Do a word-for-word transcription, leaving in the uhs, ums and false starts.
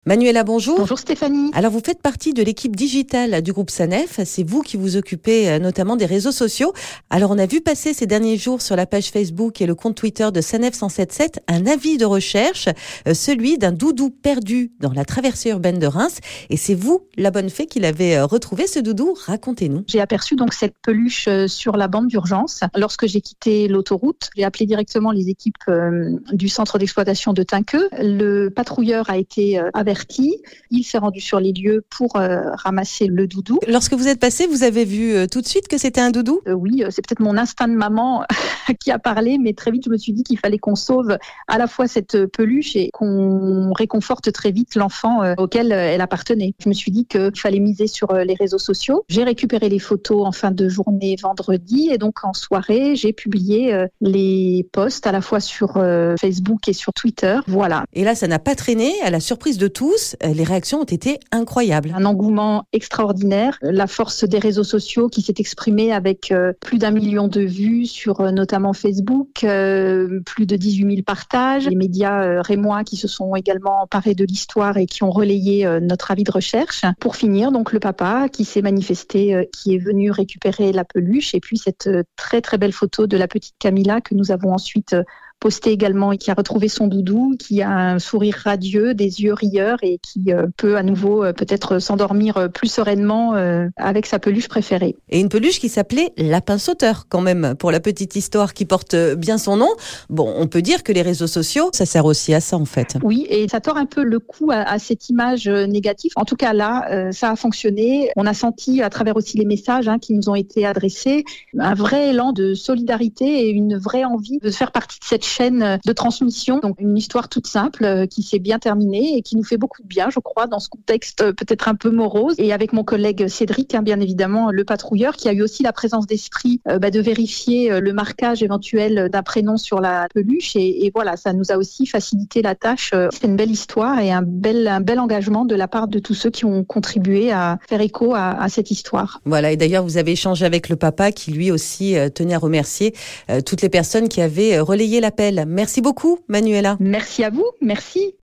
Manuela, bonjour. Bonjour Stéphanie. Alors vous faites partie de l'équipe digitale du groupe Sanef, c'est vous qui vous occupez notamment des réseaux sociaux. Alors on a vu passer ces derniers jours sur la page Facebook et le compte Twitter de Sanef cent soixante-dix-sept un avis de recherche, celui d'un doudou perdu dans la traversée urbaine de Reims. Et c'est vous, la bonne fée, qui l'avez retrouvé ce doudou. Racontez-nous. J'ai aperçu donc cette peluche sur la bande d'urgence. Lorsque j'ai quitté l'autoroute, j'ai appelé directement les équipes du centre d'exploitation de Tinqueux. Le patrouilleur a été averti. Il s'est rendu sur les lieux pour euh, ramasser le doudou. Lorsque vous êtes passé, vous avez vu euh, tout de suite que c'était un doudou ? euh, Oui, c'est peut-être mon instinct de maman qui a parlé, mais très vite je me suis dit qu'il fallait qu'on sauve à la fois cette peluche et qu'on réconforte très vite l'enfant euh, auquel elle appartenait. Je me suis dit qu'il fallait miser sur euh, les réseaux sociaux. J'ai récupéré les photos en fin de journée vendredi et donc en soirée, j'ai publié euh, les posts à la fois sur euh, Facebook et sur Twitter. Voilà. Et là, ça n'a pas traîné, à la surprise de tous. Les réactions ont été incroyables. Un engouement extraordinaire, la force des réseaux sociaux qui s'est exprimée avec euh, plus d'un million de vues sur euh, notamment Facebook, euh, plus de dix-huit mille partages, les médias euh, rémois qui se sont également emparés de l'histoire et qui ont relayé euh, notre avis de recherche. Pour finir, donc le papa qui s'est manifesté, euh, qui est venu récupérer la peluche et puis cette euh, très très belle photo de la petite Camilla que nous avons ensuite euh, posté également et qui a retrouvé son doudou, qui a un sourire radieux, des yeux rieurs et qui euh, peut à nouveau euh, peut-être s'endormir euh, plus sereinement euh, avec sa peluche préférée. Et une peluche qui s'appelait Lapin Sauteur quand même, pour la petite histoire qui porte bien son nom. Bon, on peut dire que les réseaux sociaux, ça sert aussi à ça en fait. Oui, et ça tord un peu le coup à, à cette image négative. En tout cas là, euh, ça a fonctionné. On a senti à travers aussi les messages hein, qui nous ont été adressés, un vrai élan de solidarité et une vraie envie de faire partie de cette chaîne de transmission. Donc une histoire toute simple euh, qui s'est bien terminée et qui nous fait beaucoup de bien, je crois, dans ce contexte euh, peut-être un peu morose. Et avec mon collègue Cédric, hein, bien évidemment, le patrouilleur, qui a eu aussi la présence d'esprit euh, bah, de vérifier euh, le marquage éventuel d'un prénom sur la peluche. Et, et voilà, ça nous a aussi facilité la tâche. C'est une belle histoire et un bel, un bel engagement de la part de tous ceux qui ont contribué à faire écho à, à cette histoire. Voilà, et d'ailleurs, vous avez échangé avec le papa qui lui aussi euh, tenait à remercier euh, toutes les personnes qui avaient euh, relayé l'appel. Merci beaucoup, Manuela. Merci à vous, merci.